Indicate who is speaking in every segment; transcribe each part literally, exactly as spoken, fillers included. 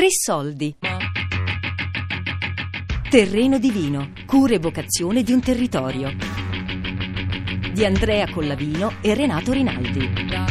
Speaker 1: Tre soldi. Terreno di vino, cura e vocazione di un territorio. Di Andrea Collavino e Renato Rinaldi.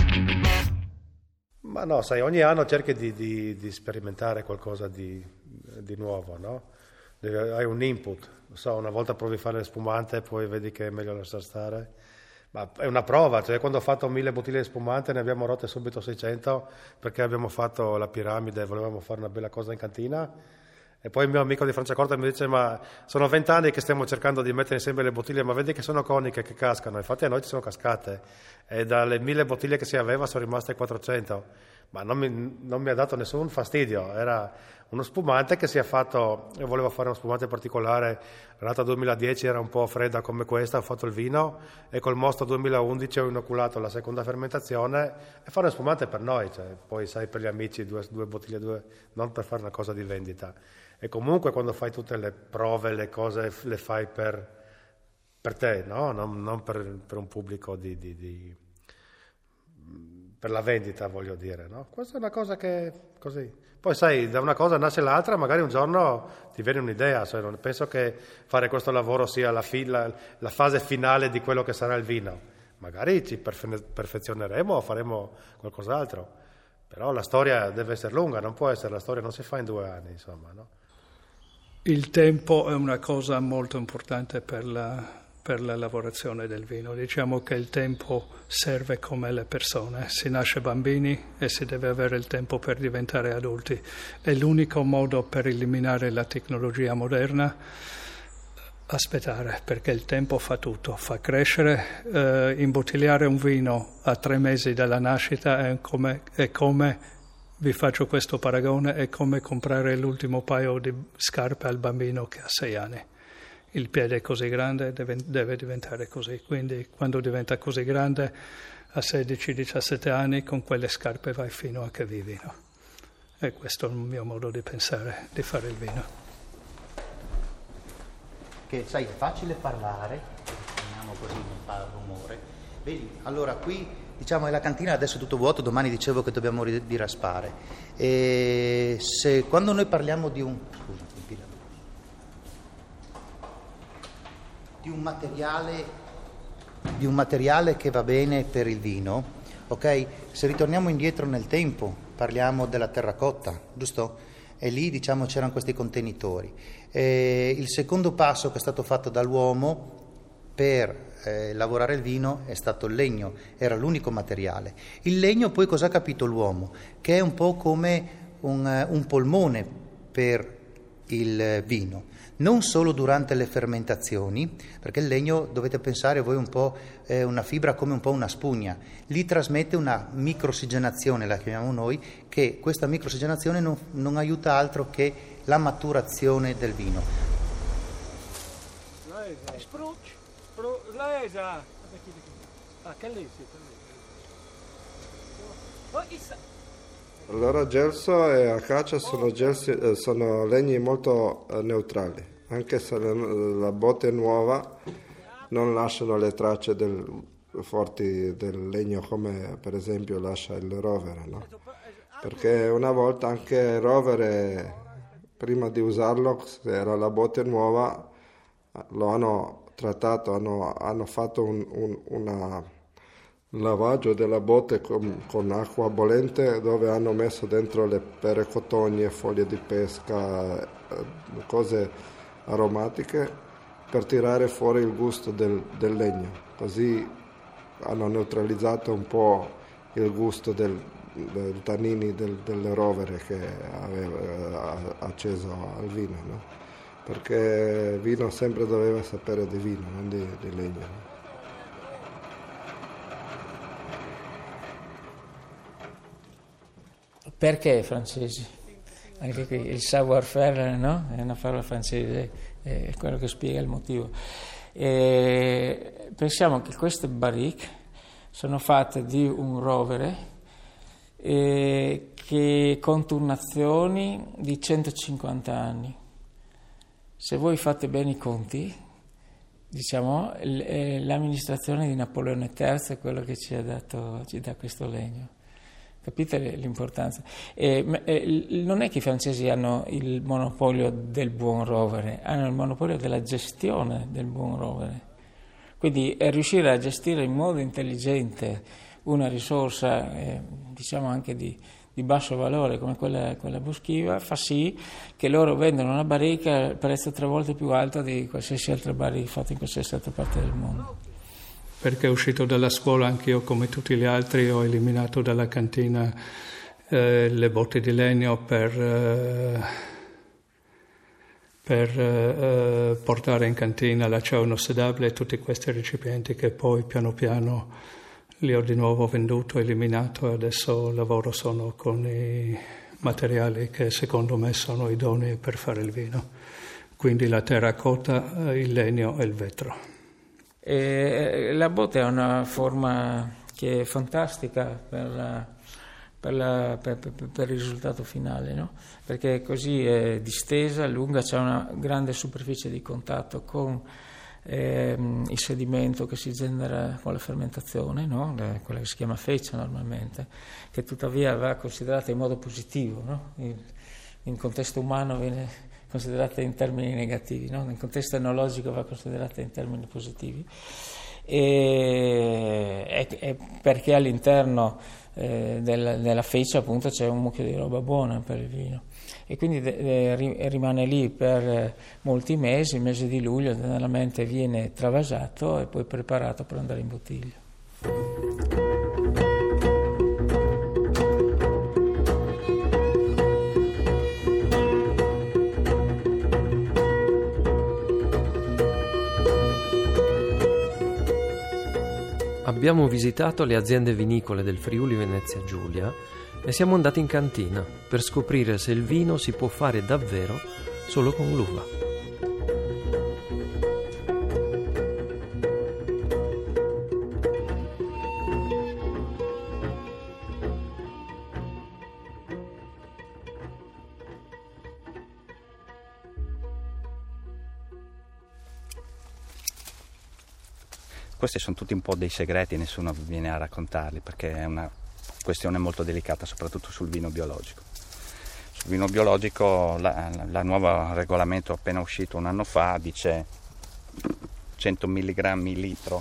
Speaker 2: Ma no, sai, ogni anno cerchi di, di, di sperimentare qualcosa di, di nuovo, no? Hai un input, non so, una volta provi a fare spumante e poi vedi che è meglio lasciar stare. Ma è una prova, cioè quando ho fatto mille bottiglie di spumante ne abbiamo rotte subito seicento perché abbiamo fatto la piramide e volevamo fare una bella cosa in cantina. E poi il mio amico di Franciacorta mi dice: ma sono vent'anni che stiamo cercando di mettere insieme le bottiglie, ma vedi che sono coniche, che cascano. Infatti a noi ci sono cascate e dalle mille bottiglie che si aveva sono rimaste quattrocento, ma non mi, non mi ha dato nessun fastidio. Era uno spumante che si è fatto, io volevo fare uno spumante particolare, la data duemiladieci era un po' fredda come questa, ho fatto il vino e col mosto duemilaundici ho inoculato la seconda fermentazione e fare uno spumante per noi, cioè, poi sai, per gli amici due, due bottiglie, due, non per fare una cosa di vendita. E comunque quando fai tutte le prove, le cose le fai per, per te, no? Non, non per, per un pubblico di, di, di per la vendita, voglio dire, no? Questa è una cosa che così. Poi sai, da una cosa nasce l'altra, magari un giorno ti viene un'idea, cioè, non penso che fare questo lavoro sia la, fi, la, la fase finale di quello che sarà il vino. Magari ci perfe- perfezioneremo o faremo qualcos'altro, però la storia deve essere lunga, non può essere, la storia non si fa in due anni, insomma, no?
Speaker 3: Il tempo è una cosa molto importante per la, per la lavorazione del vino. Diciamo che il tempo serve come le persone. Si nasce bambini e si deve avere il tempo per diventare adulti. È l'unico modo per eliminare la tecnologia moderna, aspettare, perché il tempo fa tutto, fa crescere. Eh, imbottigliare un vino a tre mesi dalla nascita è come... È come vi faccio questo paragone, è come comprare l'ultimo paio di scarpe al bambino che ha sei anni. Il piede è così grande, deve, deve diventare così. Quindi quando diventa così grande, a sedici diciassette anni, con quelle scarpe vai fino a che vivi, no? E questo è il mio modo di pensare, di fare il vino.
Speaker 4: Che sai, è facile parlare, chiamiamo così, non fa rumore. Vedi, allora qui... Diciamo è la cantina, adesso è tutto vuoto, domani dicevo che dobbiamo diraspare. E se quando noi parliamo di un scusa, di un materiale di un materiale che va bene per il vino, ok? Se ritorniamo indietro nel tempo, parliamo della terracotta, giusto? E lì diciamo c'erano questi contenitori. E il secondo passo che è stato fatto dall'uomo per eh, lavorare il vino è stato il legno, era l'unico materiale. Il legno poi cosa ha capito l'uomo? Che è un po' come un, un polmone per il vino, non solo durante le fermentazioni, perché il legno, dovete pensare voi un po', è una fibra come un po' una spugna, lì trasmette una microossigenazione, la chiamiamo noi, che questa microossigenazione non, non aiuta altro che la maturazione del vino.
Speaker 5: Allora gelso e acacia sono, gelsi, sono legni molto neutrali, anche se la botte è nuova non lasciano le tracce del, forti del legno come per esempio lascia il rovere, no? Perché una volta anche il rovere, prima di usarlo, se era la botte nuova, lo hanno trattato, hanno, hanno fatto un, un una lavaggio della botte con, con acqua bollente, dove hanno messo dentro le pere cotogne, foglie di pesca, cose aromatiche per tirare fuori il gusto del, del legno. Così hanno neutralizzato un po' il gusto del, del tannini del, del rovere che aveva acceso al vino, no? Perché il vino sempre doveva sapere di vino, non di, di legno, no?
Speaker 6: Perché francesi? Anche qui il savoir-faire, no? È una parola francese, è quello che spiega il motivo. E pensiamo che queste barrique sono fatte di un rovere eh, che con turnazioni di centocinquanta anni. Se voi fate bene i conti, diciamo, l'amministrazione di Napoleone terzo è quello che ci ha dato, ci dà questo legno. Capite l'importanza? E, e, non è che i francesi hanno il monopolio del buon rovere, hanno il monopolio della gestione del buon rovere. Quindi è riuscire a gestire in modo intelligente una risorsa, eh, diciamo anche di, di basso valore come quella, quella boschiva, fa sì che loro vendono una barrica al prezzo tre volte più alto di qualsiasi altra barrica fatta in qualsiasi altra parte del mondo.
Speaker 3: Perché uscito dalla scuola anch'io, come tutti gli altri, ho eliminato dalla cantina eh, le botte di legno per, eh, per eh, portare in cantina l'acciaio inossidabile e tutti questi recipienti che poi piano piano li ho di nuovo venduto, eliminato, e adesso lavoro solo con i materiali che secondo me sono idonei per fare il vino. Quindi la terracotta, il legno e il vetro.
Speaker 6: E la botte è una forma che è fantastica per, la, per, la, per, per, per il risultato finale, no? Perché così è distesa, lunga, c'è una grande superficie di contatto con eh, il sedimento che si genera con la fermentazione, no? La, quella che si chiama feccia normalmente, che tuttavia va considerata in modo positivo, no? in, in contesto umano viene considerata in termini negativi, no? Nel contesto enologico va considerata in termini positivi, e, è, è perché all'interno eh, della, della feccia appunto c'è un mucchio di roba buona per il vino, e quindi de, de, rimane lì per molti mesi. Il mese di luglio generalmente viene travasato e poi preparato per andare in bottiglia.
Speaker 7: Abbiamo visitato le aziende vinicole del Friuli Venezia Giulia e siamo andati in cantina per scoprire se il vino si può fare davvero solo con l'uva.
Speaker 8: Questi sono tutti un po' dei segreti, nessuno viene a raccontarli, perché è una questione molto delicata, soprattutto sul vino biologico. Sul vino biologico la, la, la nuova regolamento appena uscito un anno fa dice cento milligrammi litro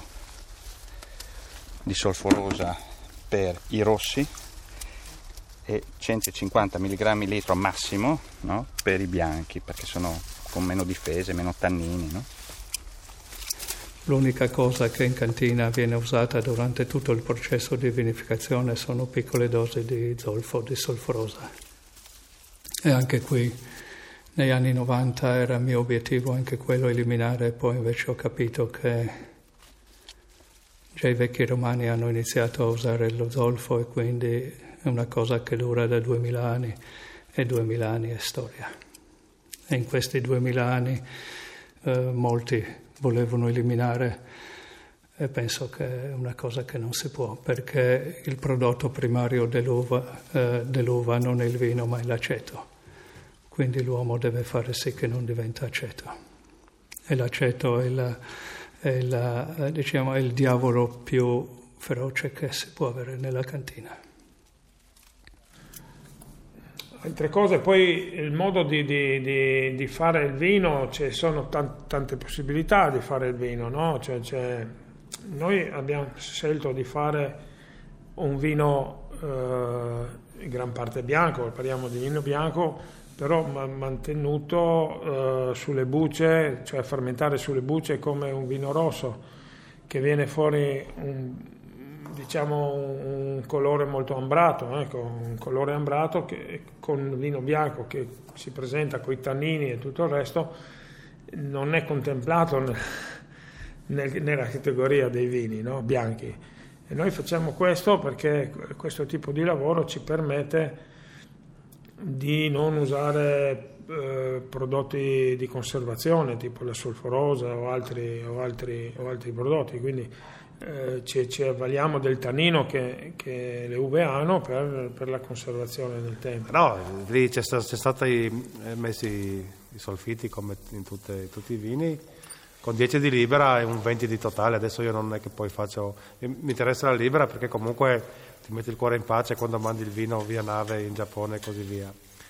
Speaker 8: di solforosa per i rossi e centocinquanta milligrammi litro massimo, no, per i bianchi, perché sono con meno difese, meno tannini, no?
Speaker 3: L'unica cosa che in cantina viene usata durante tutto il processo di vinificazione sono piccole dosi di zolfo, di solforosa. E anche qui negli anni novanta era mio obiettivo anche quello eliminare, poi invece ho capito che già i vecchi romani hanno iniziato a usare lo zolfo e quindi è una cosa che dura da duemila anni e duemila anni è storia. E in questi duemila anni eh, molti volevano eliminare, e penso che è una cosa che non si può, perché il prodotto primario dell'uva, eh, dell'uva non è il vino ma è l'aceto, quindi l'uomo deve fare sì che non diventa aceto, e l'aceto è, la, è, la, diciamo, è il diavolo più feroce che si può avere nella cantina.
Speaker 9: Altre cose, poi il modo di, di, di, di fare il vino, ci sono t- tante possibilità di fare il vino, no? Cioè, cioè, noi abbiamo scelto di fare un vino eh, in gran parte bianco, parliamo di vino bianco, però ma- mantenuto eh, sulle bucce, cioè fermentare sulle bucce come un vino rosso, che viene fuori un diciamo un colore molto ambrato, ecco, un colore ambrato che con vino bianco che si presenta con i tannini e tutto il resto non è contemplato nel, nel, nella categoria dei vini, no? Bianchi. E noi facciamo questo perché questo tipo di lavoro ci permette di non usare eh, prodotti di conservazione tipo la solforosa o altri, o altri, o altri prodotti, quindi Eh, ci, ci avvaliamo del tannino che, che le uve hanno per, per la conservazione nel tempo.
Speaker 2: No, lì c'è, c'è stato messi i solfiti come in tutte, tutti i vini, con dieci di libera e un venti di totale. Adesso io non è che poi faccio, mi interessa la libera perché comunque ti metti il cuore in pace quando mandi il vino via nave in Giappone e così via.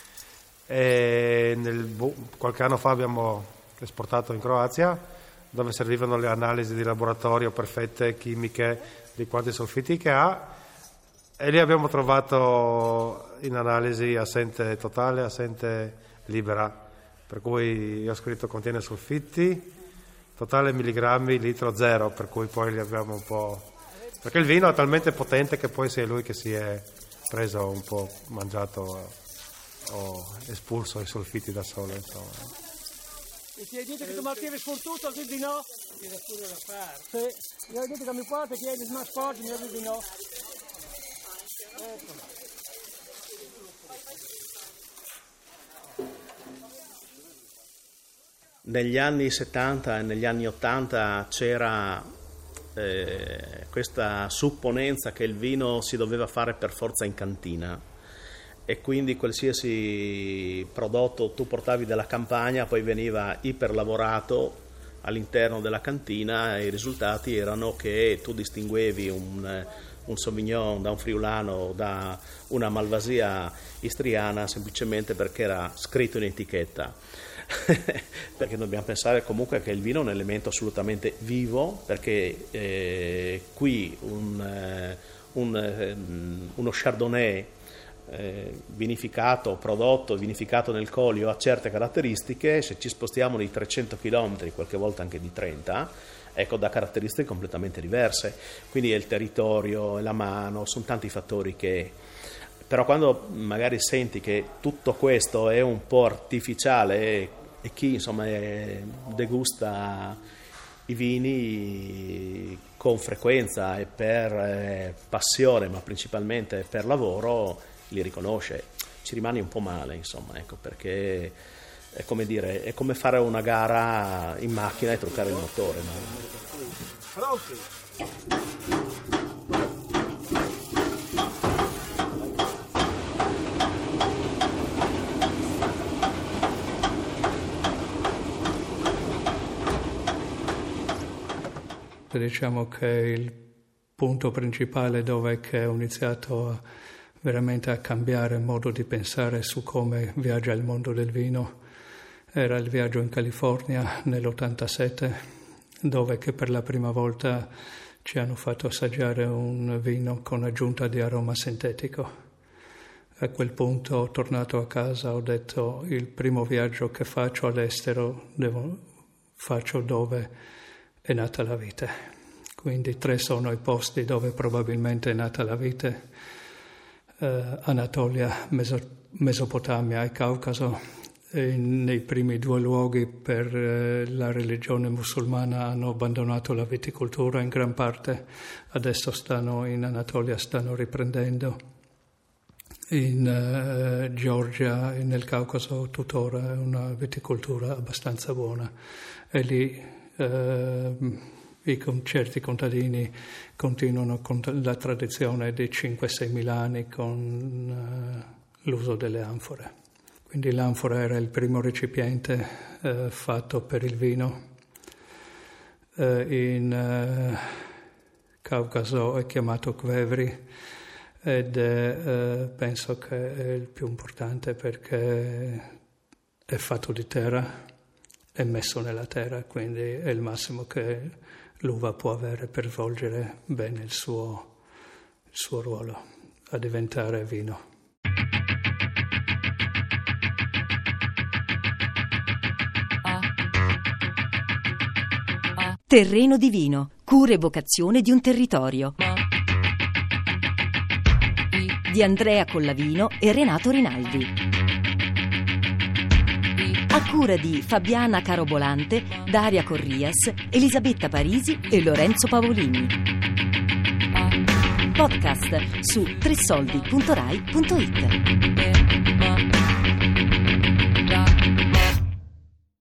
Speaker 2: E nel, qualche anno fa abbiamo esportato in Croazia, dove servivano le analisi di laboratorio perfette, chimiche, di quanti solfiti che ha, e lì abbiamo trovato in analisi assente totale, assente libera, per cui io ho scritto contiene solfiti, totale milligrammi, litro zero, per cui poi li abbiamo un po'... perché il vino è talmente potente che poi sia lui che si è preso un po', mangiato o espulso i solfiti da solo, insomma.
Speaker 10: E ti hai detto che domani avevi sfortuto, quindi no? C'era pure da fare. Sì, mi hai detto che mi porta, che hai il smash forte, mi hai detto di no. Ecco.
Speaker 11: Negli anni settanta e negli anni ottanta c'era eh, questa supponenza che il vino si doveva fare per forza in cantina, e quindi qualsiasi prodotto tu portavi dalla campagna poi veniva iperlavorato all'interno della cantina, e i risultati erano che tu distinguevi un, un Sauvignon da un friulano, da una Malvasia istriana, semplicemente perché era scritto in etichetta. Perché dobbiamo pensare comunque che il vino è un elemento assolutamente vivo, perché eh, qui un, eh, un, eh, uno Chardonnay eh, vinificato, prodotto, vinificato nel Collio ha certe caratteristiche, se ci spostiamo di trecento chilometri, qualche volta anche di trenta, ecco, da caratteristiche completamente diverse, quindi è il territorio, è la mano, sono tanti fattori che... Però quando magari senti che tutto questo è un po' artificiale e, e chi insomma è, degusta i vini con frequenza e per eh, passione, ma principalmente per lavoro, li riconosce, ci rimane un po' male, insomma, ecco, perché è come dire, è come fare una gara in macchina e truccare il motore, no?
Speaker 10: Pronti?
Speaker 3: Diciamo che il punto principale dove che ho iniziato a, veramente a cambiare il modo di pensare su come viaggia il mondo del vino era il viaggio in California nell'ottantasette, dove che per la prima volta ci hanno fatto assaggiare un vino con aggiunta di aroma sintetico. A quel punto, tornato a casa, ho detto il primo viaggio che faccio all'estero devo, faccio dove è nata la vite. Quindi tre sono i posti dove probabilmente è nata la vite: eh, Anatolia, Meso- Mesopotamia e Caucaso. E nei primi due luoghi per eh, la religione musulmana hanno abbandonato la viticoltura in gran parte, adesso stanno in Anatolia, stanno riprendendo. In eh, Georgia e nel Caucaso tuttora è una viticoltura abbastanza buona, e lì eh, i con, certi contadini continuano con la tradizione di cinque sei mila anni con eh, l'uso delle anfore. Quindi l'anfora era il primo recipiente eh, fatto per il vino. Eh, in eh, Caucaso è chiamato kvevri, ed è, eh, penso che è il più importante perché è fatto di terra, è messo nella terra, quindi è il massimo che l'uva può avere per svolgere bene il suo, il suo ruolo, a diventare vino.
Speaker 1: Terreno di vino, cura e vocazione di un territorio. Di Andrea Collavino e Renato Rinaldi. A cura di Fabiana Carobolante, Daria Corrias, Elisabetta Parisi e Lorenzo Pavolini. Podcast su tre soldi punto rai punto it.